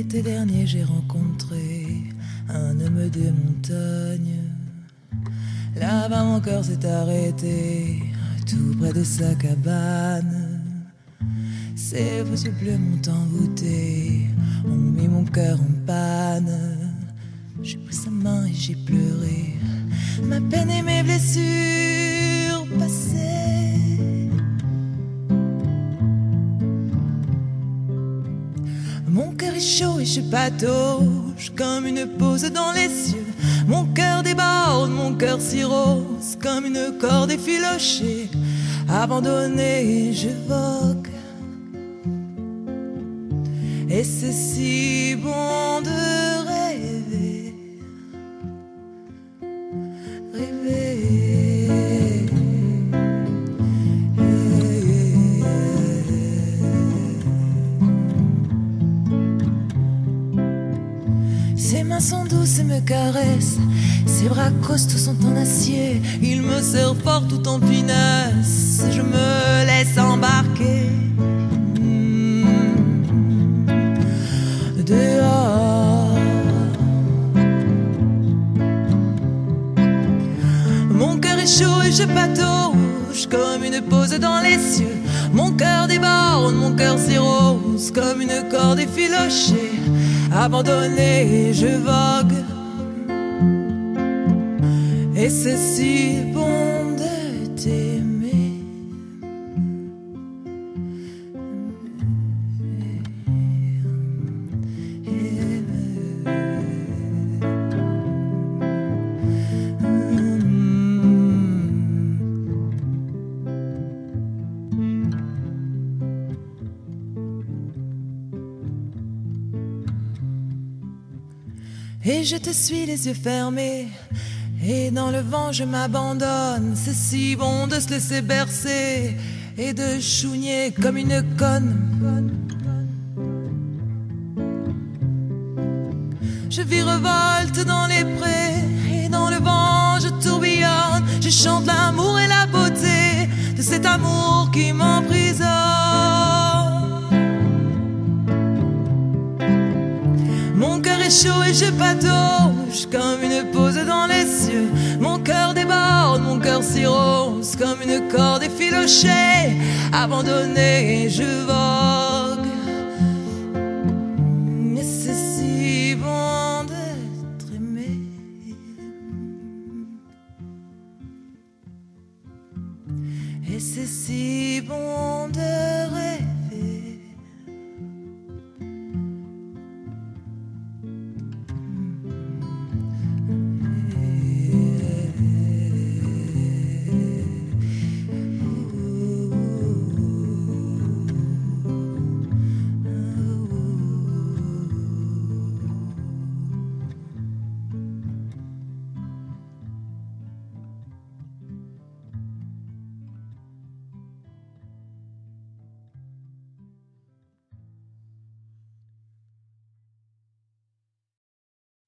L'été dernier, j'ai rencontré un homme des montagnes. Là-bas, mon cœur s'est arrêté, tout près de sa cabane. Ses yeux bleus m'ont envoûté, ont mis mon cœur en panne. J'ai pris sa main et j'ai pleuré, ma peine et mes blessures passées. Mon cœur est chaud et je patauge comme une pause dans les cieux. Mon cœur déborde, mon cœur si rose comme une corde effilochée. Abandonné, je vogue. Et c'est si bon de rêver, rêver. Ses mains sont douces et me caressent, ses bras costauds sont en acier. Il me serre fort tout en finesse, je me laisse embarquer. Dehors, mon cœur est chaud et je patauge comme une pause dans les cieux. Mon cœur déborde, mon cœur si rose comme une corde effilochée. Abandonné, je vogue. Et c'est si bon de t'aimer. Et je te suis les yeux fermés, et dans le vent je m'abandonne. C'est si bon de se laisser bercer et de chougner comme une conne. Je virevolte dans les prés, et dans le vent je tourbillonne. Je chante l'amour et la beauté de cet amour qui m'emprisonne. Mon cœur est chaud et je patauge comme une pause dans les cieux. Mon cœur déborde, mon cœur si rose comme une corde effilochée. Abandonné, je vole.